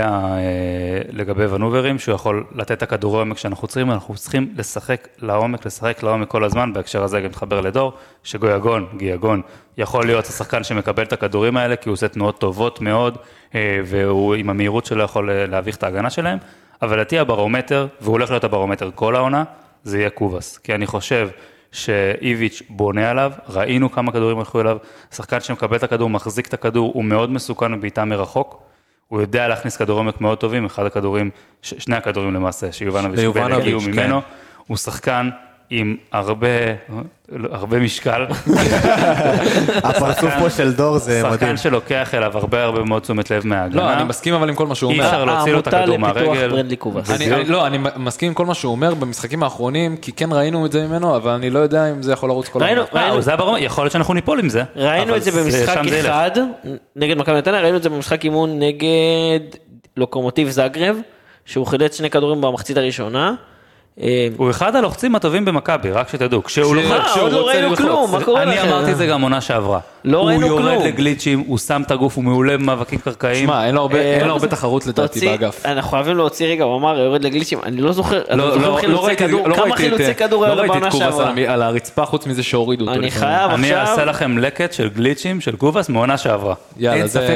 לגבי ונוברים, שהוא יכול לתת את הכדורי עומק שאנחנו צריכים לשחק לעומק כל הזמן, בהקשר הזה גם מתחבר לדור, גיאגון, יכול להיות השחקן שמקבל את הכדורים האלה, כי הוא עושה תנועות טובות מאוד, והוא עם המהירות שלו יכול להביך את ההגנה שלהם, אבל לדעתי הברומטר, והוא הולך להיות הברומטר כל העונה, זה יהיה קובס, כי אני חושב שאיביץ' בונה עליו, ראינו כמה כדורים הלכו אליו, שחקן שמקבל את הכדור, מחזיק את הכדור, הוא מאוד מסוכן בבעיטה מרחוק, הוא יודע להכניס כדורים מאוד טובים, שני הכדורים למעשה, שיובנוביץ' הגיעו ממנו, הוא שחקן עם הרבה משקל. הפרצוף פה של דור זה מדהים. שחקן שלוקח אליו הרבה מאוד תשומת לב מההגנה. לא, אני מסכים אבל עם כל מה שהוא אומר. אי אפשר להוציא לו את הכדור מהרגל. לא, אני מסכים עם כל מה שהוא אומר במשחקים האחרונים, כי כן ראינו את זה ממנו, אבל אני לא יודע אם זה יכול לרוץ כל הזמן. זה ברור, יכול להיות שאנחנו ניפול עם זה. ראינו את זה במשחק אחד, נגד מכבי נתניה, ראינו את זה במשחק אימון נגד לוקומוטיב זאגרב, שהוא חילץ 2 כדורים במחצית הראשונה, הוא אחד הלוחצים הטובים במכבי, רק שתדעו. כשהוא לא ראינו כלום, מה קורה לכם? אני אמרתי זה גם עונה שעברה. לא ראינו כלום. הוא יורד לגליצ'ים, הוא שם את הגוף, הוא מעולה במאבקים קרקעיים. שמע, אין לו הרבה תחרות לדעתי באגף. אנחנו חייבים להוציא רגע, הוא אמר, יורד לגליצ'ים, אני לא זוכר, כמה חילוצי כדור היה בעונה שעברה. לא ראיתי את קובס על הרצפה, חוץ מזה שהורידו אותו. אני חייב עכשיו. אני אעשה לכם לקט של גליצ'ים של קובס מעונה שעברה. אין ספק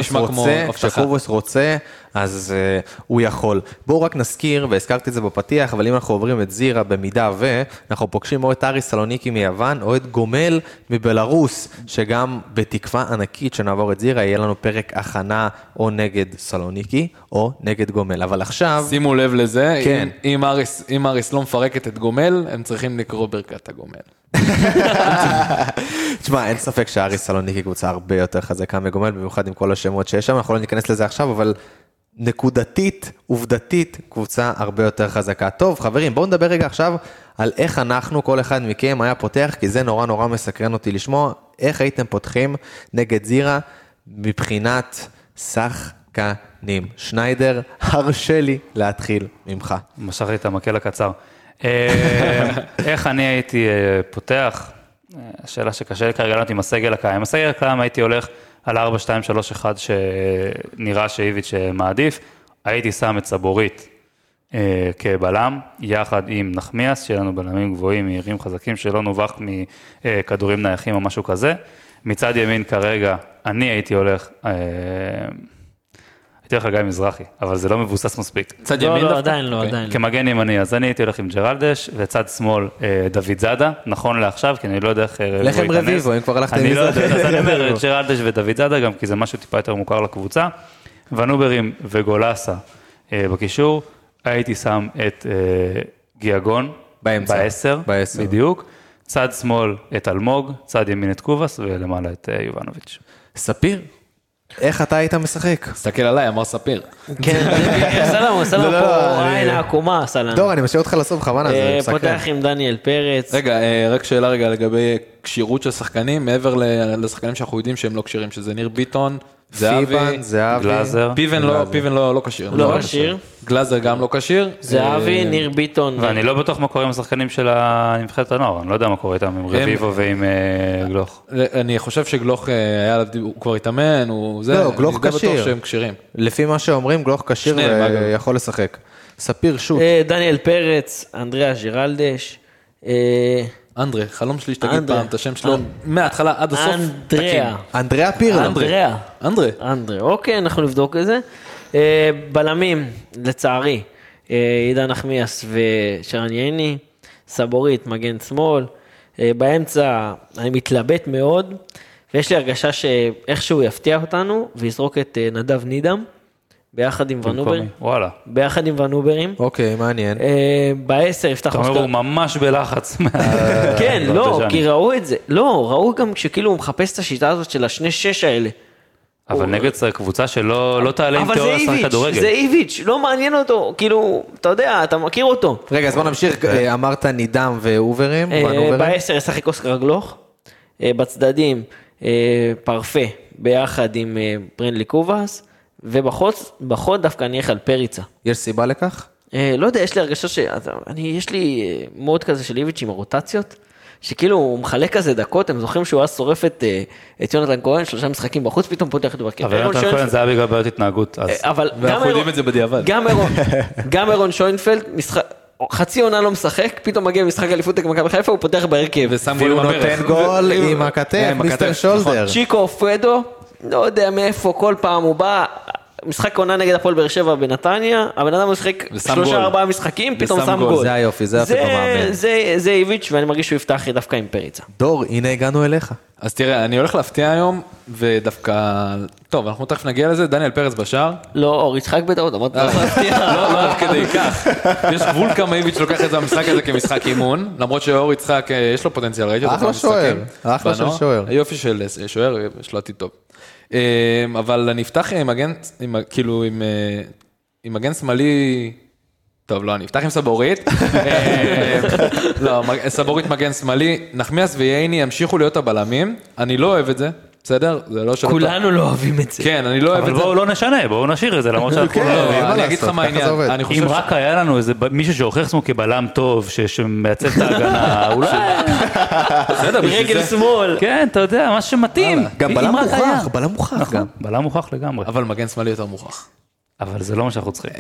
שקובס רוצה, אז הוא יכול. בואו רק נזכיר, והזכרתי את זה בפתיח, אבל אם אנחנו עוברים את זירה במידה אנחנו פוגשים או את אריס סלוניקי מיוון, או את גומל מבלרוס, שגם בתקווה ענקית שנעבור את זירה, יהיה לנו פרק הכנה או נגד סלוניקי, או נגד גומל. אבל עכשיו... שימו לב לזה, כן. אם אריס לא מפרקת את גומל, הם צריכים לקרוא ברכת הגומל. תשמע, אין ספק שאריס סלוניקי קבוצה הרבה יותר חזקה מגומל, במיוחד עם כל השמות שיש שם, אנחנו לא ניכנס לזה עכשיו, אבל נקודתית, עובדתית, קבוצה הרבה יותר חזקה. טוב, חברים, בואו נדבר רגע עכשיו על איך אנחנו, כל אחד מכם היה פותח, כי זה נורא מסקרן אותי לשמוע, איך הייתם פותחים נגד זירה מבחינת שחקנים. שניידר, הרשה לי להתחיל ממך. משך לי את המקל הקצר. איך אני הייתי פותח? השאלה שקשה לי כרגע לענות עם הסגל הקיים. הסגל הקיים הייתי הולך על 4-2-3-1 שנראה שאיביץ' מעדיף, הייתי שם את סבורית כבלם, יחד עם נחמיאס, שיהיה לנו בלמים גבוהים, מהירים חזקים, שלא נובח מכדורים נייחים או משהו כזה. מצד ימין כרגע, אני הייתי הולך הייתי הולך לגיא מזרחי, אבל זה לא מבוסס מספיק. צד ימין דווקא? עדיין לא, עדיין לא. כמגן ימני, אז אני הייתי הולך עם ג'רלדש, וצד שמאל דוד זאדה, נכון לעכשיו, כי אני לא יודע איך לחם רביבו, אם כבר הלכתם אני עם לא יודע, זה. אז אני אומר ג'רלדש ודוד זאדה, גם כי זה משהו טיפה יותר מוכר לקבוצה. ונוברים וגולסה בקישור, הייתי שם את גיאגון, באמצע. ב10, בדיוק. צד שמאל את אלמוג, צד ימין את קובס, ולמעלה את יובנוביץ'. ספיר, איך אתה היית משחק? תסתכל עליי, אמר ספיר. כן, סלם, הוא סלם פה עין העקומה, סלם. דור, אני משאיר אותך לסוף, חבל על זה, מסקרן. פותח עם דניאל פרץ. רגע, רק שאלה רגע לגבי כשירות של שחקנים, מעבר לשחקנים שאנחנו יודעים שהם לא קשירים, שזה ניר ביטון, פיבן, זהבי. גלאזר. פיבן לא קשיר. לא קשיר. גלאזר גם לא קשיר. זהבי, ניר ביטון. ואני לא בטוח מה קורה עם השחקנים של הנבחרת הנוער, אני לא יודע מה קורה איתם, עם רביבו ועם גלוך. אני חושב שגלוך הוא כבר התאמן, לא, גלוך אני די כשיר. בטוח שהם קשירים. לפי מה שאומרים, גלוך כשיר ויכול לשחק. ספיר שוט. דניאל פרץ, אנדריאה ג'רלדש. אנדרה, חלום שלי שתגיד אנדרה. פעם את השם שלו, מההתחלה עד הסוף. אנדריאה. אנדריאה פירלו. אנדרה. אוקיי, אנחנו נבדוק את זה. בלמים, לצערי, עידן נחמיאס ושרן ייני, סבורית, מגן שמאל. באמצע אני מתלבט מאוד, ויש לי הרגשה שאיכשהו יפתיע אותנו, ויזרוק את נדב נידם, ביחד עם ונוברים. וואלה. ביחד עם ונוברים. אוקיי, מעניין. ב10 יפתח אתה אומר, הוא ממש בלחץ. כן, לא, כי ראו את זה. לא, ראו גם שכאילו הוא מחפש את השיטה הזאת של השני 6 האלה. אבל נגד קבוצה שלא תעלה עם תיאוריה לשחק כדורגל. זה איביץ', לא מעניין אותו, כאילו, אתה יודע, אתה מכיר אותו. רגע, אז בוא נמשיך, אמרת נידם ואוברים. ב10 ישחק אוסקר גלוך, בצדדים פרפה ביחד עם ברנלי קובאס, ובחוד דווקא אני אלך על פריצה. יש סיבה לכך? לא יודע, יש לי הרגשה יש לי מוד כזה של איביץ' עם הרוטציות, שכאילו הוא מחלק כזה דקות, הם זוכרים שהוא אז שורף את יונתן כהן, 3 משחקים בחוץ, פתאום פותח את דרכי. אבל יונתן כהן זה היה בגלל בעיות התנהגות. ואנחנו יודעים את זה בדיעבד. גם אירון שוינפלד, חצי עונה לא משחק, פתאום מגיע משחק אליפות מכבי חיפה, הוא פותח בהרכב. והוא נותן גול עם הכתף, מיסטר שולדר. צ'יקו פרדו, לא יודע מאיפה, כל פעם הוא בא, משחק עונה נגד הפועל באר שבע בנתניה, הבן אדם משחק 3-4 משחקים, פתאום שם גול. זה היופי, זה היופי במאמן. זה איביץ' ואני מרגיש שהוא יפתח דווקא עם פריצה. דור, הנה הגענו אליך. אז תראה, אני הולך להפתיע היום, ודווקא, טוב, אנחנו תכף נגיע לזה, דניאל פרץ בשער. לא, אור יצחק בטעות, אמרת לא להפתיע. לא עד כדי כך. יש גבול כמה איביץ' לוקח את המשחק הזה כמשחק אימון, למרות שאור יצחק יש לו פוטנציאל, ראיתי אותו אחלה שוער, אחלה של שוער. היופי של שוער, יש לו עתיד טוב. אבל אני אפתח עם מגן, כאילו עם מגן שמאלי, טוב לא, אני אפתח עם סבורית, לא, סבורית מגן שמאלי, נחמיאס וייני ימשיכו להיות הבלמים, אני לא אוהב את זה, בסדר? זה לא שלא... כולנו לא אוהבים את זה. כן, אני לא אוהב את זה. אבל בואו לא נשנה, בואו נשאיר את זה, למרות שאנחנו לא אוהבים. אני אגיד לך מה העניין, אם רק היה לנו איזה מישהו שהוכיח עצמו כבלם טוב, שמייצב את ההגנה, אולי... בסדר, רגל שמאל. כן, אתה יודע, מה שמתאים. גם בלם מוכח, בלם מוכח גם. בלם מוכח לגמרי. אבל מגן שמאלי יותר מוכח. אבל זה לא מה שאנחנו צריכים.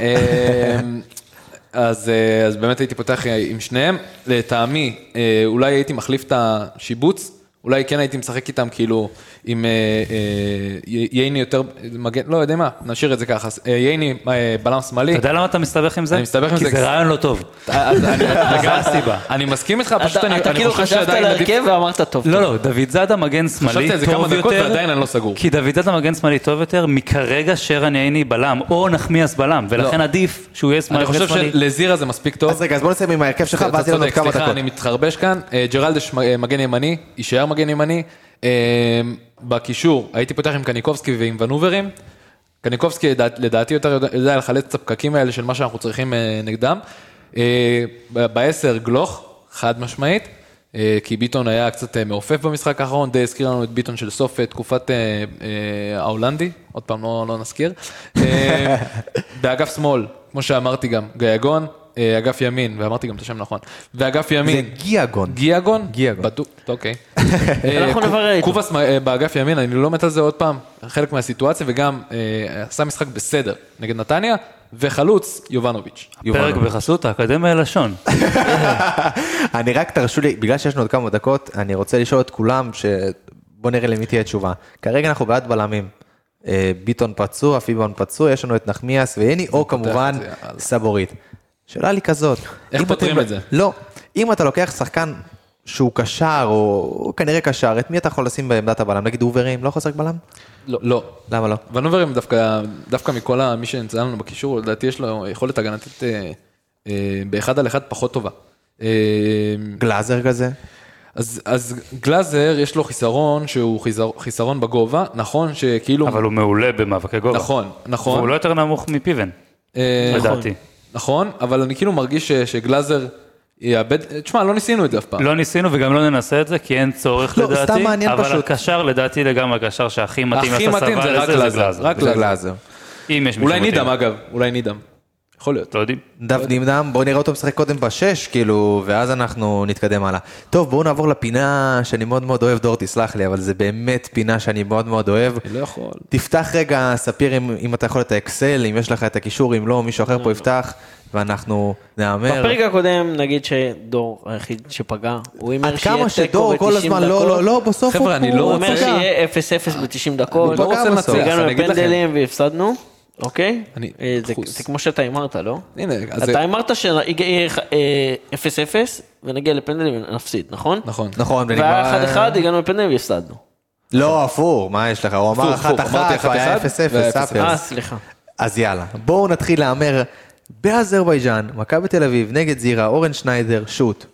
אז באמת הייתי פותח עם שניהם, לטעמי, אולי הייתי מחליף את השיבוץ, אולי כן הייתי משחק איתם כאילו עם ייני יותר, לא יודע מה, נשאיר את זה ככה, ייני בלם שמאלי. אתה יודע למה אתה מסתבך עם זה? אני מסתבך עם זה. כי זה רעיון לא טוב. אני מסכים איתך, פשוט אני אתה כאילו חשבת על הרכב ואמרת טוב. לא, דוד זאדה מגן שמאלי טוב יותר, ועדיין אני לא סגור. כי דוד זאדה מגן שמאלי טוב יותר, מכרגע שרן ייני בלם, או נחמיאס בלם, ולכן עדיף שהוא יהיה שמאלי. אני חושב שלזירה זה מספיק טוב. אז רגע, אז בוא נסיים עם ההרכב שלך, ואז יהיה לנו עוד כמה דקות. אני מתחרבש כאן, ג'רלדש מגן ימני, יישאר מגן ימני, בקישור הייתי פותח עם קניקובסקי ועם ונוברים, קניקובסקי לדעתי יותר יודע לחלץ את הפקקים האלה של מה שאנחנו צריכים נגדם, ב10 גלוך, חד משמעית, כי ביטון היה קצת מעופף במשחק האחרון, די הזכיר לנו את ביטון של סוף תקופת ההולנדי, עוד פעם לא נזכיר, באגף שמאל, כמו שאמרתי גם, גיאגון, אגף ימין, ואמרתי גם את השם נכון, ואגף ימין. זה גיאגון. גיאגון? גיאגון. אוקיי. אנחנו נברר איתו. קובס באגף ימין, אני לא מת על זה עוד פעם, חלק מהסיטואציה, וגם עשה משחק בסדר נגד נתניה, וחלוץ יובנוביץ'. פרק בחסות האקדמיה ללשון. אני רק תרשו לי, בגלל שיש לנו עוד כמה דקות, אני רוצה לשאול את כולם, בוא נראה למי תהיה תשובה. כרגע אנחנו בעד בלמים. ביטון פצוע, פיבון פצוע, יש לנו את נחמיאס ויני, או כמובן סבורית. שאלה לי כזאת. איך פותרים את זה? לא, אם אתה לוקח שחקן שהוא קשר, או כנראה קשר, את מי אתה יכול לשים בעמדת הבלם? נגיד אוברים, לא יכול לשחק בלם? לא. למה לא? ונוברים דווקא מכל מי שנמצא לנו בקישור, לדעתי יש לו יכולת הגנתית באחד על אחד פחות טובה. גלאזר כזה? אז גלאזר יש לו חיסרון שהוא חיסרון בגובה, נכון שכאילו... אבל הוא מעולה במאבקי גובה. נכון. והוא לא יותר נמוך מפיבן, לדעתי. נכון, אבל אני כאילו מרגיש שגלאזר יאבד, תשמע, לא ניסינו את זה אף פעם. לא ניסינו וגם לא ננסה את זה, כי אין צורך לא, לדעתי, סתם מעניין אבל פשוט. הקשר לדעתי לגמרי הקשר שהכי מתאים הכי מתאים זה רק גלאזר. רק גלאזר. אם יש אולי נידם אגב, אולי נידם. יכול להיות. לא יודעים. דוד נימדם, בואו נראה אותו משחק קודם בשש, כאילו, ואז אנחנו נתקדם הלאה. טוב, בואו נעבור לפינה שאני מאוד מאוד אוהב, דור, תסלח לי, אבל זה באמת פינה שאני מאוד מאוד אוהב. אני לא יכול. תפתח רגע, ספיר אם אתה יכול את האקסל, אם יש לך את הקישור, אם לא, מישהו אחר פה יפתח, ואנחנו נאמר. בפרק הקודם, נגיד שדור היחיד שפגע, הוא אומר עד שיהיה כמה תיקו שדור כל ב-90 הזמן, דקות. לא, בסוף חבר'ה, אני לא הוא רוצה- אומר שיהיה 0-0 ב-90 דקות. לא רוצה לנצח, הגענו אני אגיד לכם. לפנדלים והפסדנו, אוקיי? אני- זה כמו שאתה אמרת, לא? הנה, אז אתה אמרת שיהיה 0-0 ונגיע לפנדלים ונפסיד, נכון? נכון. נכון, והיה 1-1, הגענו לפנדלים והפסדנו. לא, אפור, מה יש לך? הוא אמר הפוך, 1-1, אמרתי 1-1, והיה 0-0, ספר. סליחה. אז יאללה, בואו נתחיל להמר באזרבייג'אן, מכבי תל אביב, נגד זירה, אורן שניידר, שוט.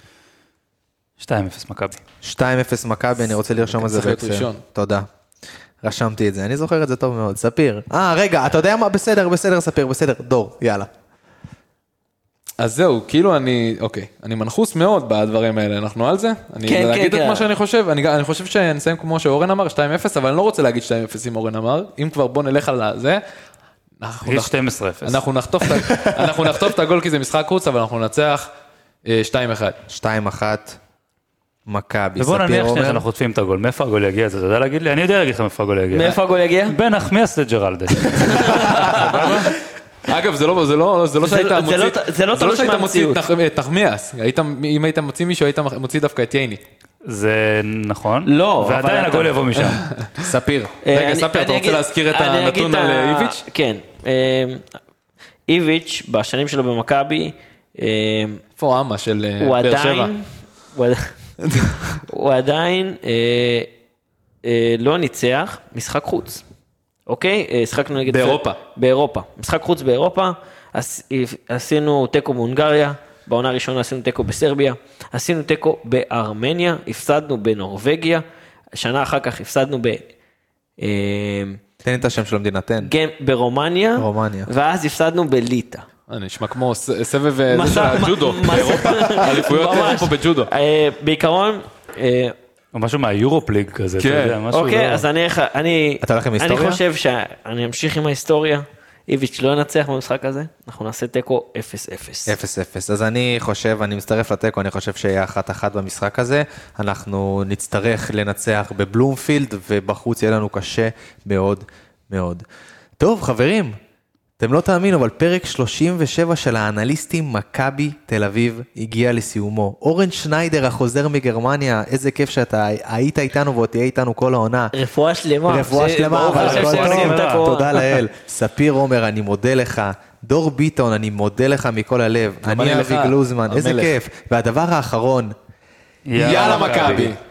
2-0 מכבי. 2-0 מכבי, אני רוצה לרשום את זה צריך להיות באקסל. ראשון. תודה. רשמתי את זה, אני זוכר את זה טוב מאוד. ספיר. רגע, אתה יודע מה? בסדר, ספיר, בסדר. דור, יאללה. אז זהו, כאילו אוקיי, אני מנחוס מאוד בדברים האלה, אנחנו על זה? אני כן, להגיד כן. את מה שאני חושב, אני חושב שנסיים כמו שאורן אמר, 2-0, אבל אני לא רוצה להגיד 2-0 אם אורן אמר, אם כבר בוא נלך על זה, יש 12-0. אנחנו נחטוף את הגול כי זה משחק חוץ, אבל אנחנו ננצח 2-1. 2-1, מכבי. ובוא ספיר נניח אומר. שאנחנו חוטפים את הגול, מאיפה הגול יגיע? אתה יודע להגיד לי? אני יודע להגיד לך מאיפה הגול יגיע. מאיפה הגול יגיע? בין נחמיאס לג'רלדה. אגב, זה לא שהיית זה לא תלוש שהיית מוציא מהמציאות. את נחמיאס, אם היית מוציא מישהו, היית מוציא דווקא את ייני. זה נכון. לא, אבל ועדיין אתה- הגול יבוא משם. ספיר. רגע, ספיר, אתה רוצה להזכיר את הנתון על איביץ'? כן. איביץ', בשנים שלו במכבי, איפה אמה של הוא באר שבע? עדיין, הוא עדיין לא ניצח משחק חוץ. אוקיי? שחקנו נגד... באירופה. באירופה. משחק חוץ באירופה, עשינו תיקו בהונגריה, בעונה הראשונה עשינו תיקו בסרביה, עשינו תיקו בארמניה, הפסדנו בנורווגיה, שנה אחר כך הפסדנו תן לי את השם של המדינה, תן. ברומניה, רומניה. ואז הפסדנו בליטא. נשמע כמו סבב ג'ודו, באירופה, אליפויות אירופה בג'ודו. בעיקרון, או משהו מהיורופליג כזה, אתה כן. יודע, משהו אוקיי, לא... אז אתה הולך עם היסטוריה? אני חושב שאני אמשיך עם ההיסטוריה, איביץ' לא ינצח במשחק הזה, אנחנו נעשה תיקו 0-0. 0-0, אז אני חושב, אני מצטרף לתיקו, אני חושב שיהיה 1-1 במשחק הזה, אנחנו נצטרך לנצח בבלומפילד, ובחוץ יהיה לנו קשה מאוד מאוד. טוב, חברים, אתם לא תאמינו, אבל פרק 37 של האנליסטים, מכבי תל אביב, הגיע לסיומו. אורן שניידר, החוזר מגרמניה, איזה כיף שאתה היית איתנו ועוד תהיה איתנו כל העונה. רפואה שלמה. רפואה שלמה, ברוך אבל השם הכל שעושים טוב, את הכל. תודה לאל. ספיר עומר, אני מודה לך. דור ביטון, אני מודה לך מכל הלב. אני אני אבי לך, גלוזמן, איזה המלך. כיף. והדבר האחרון, יאללה מכבי.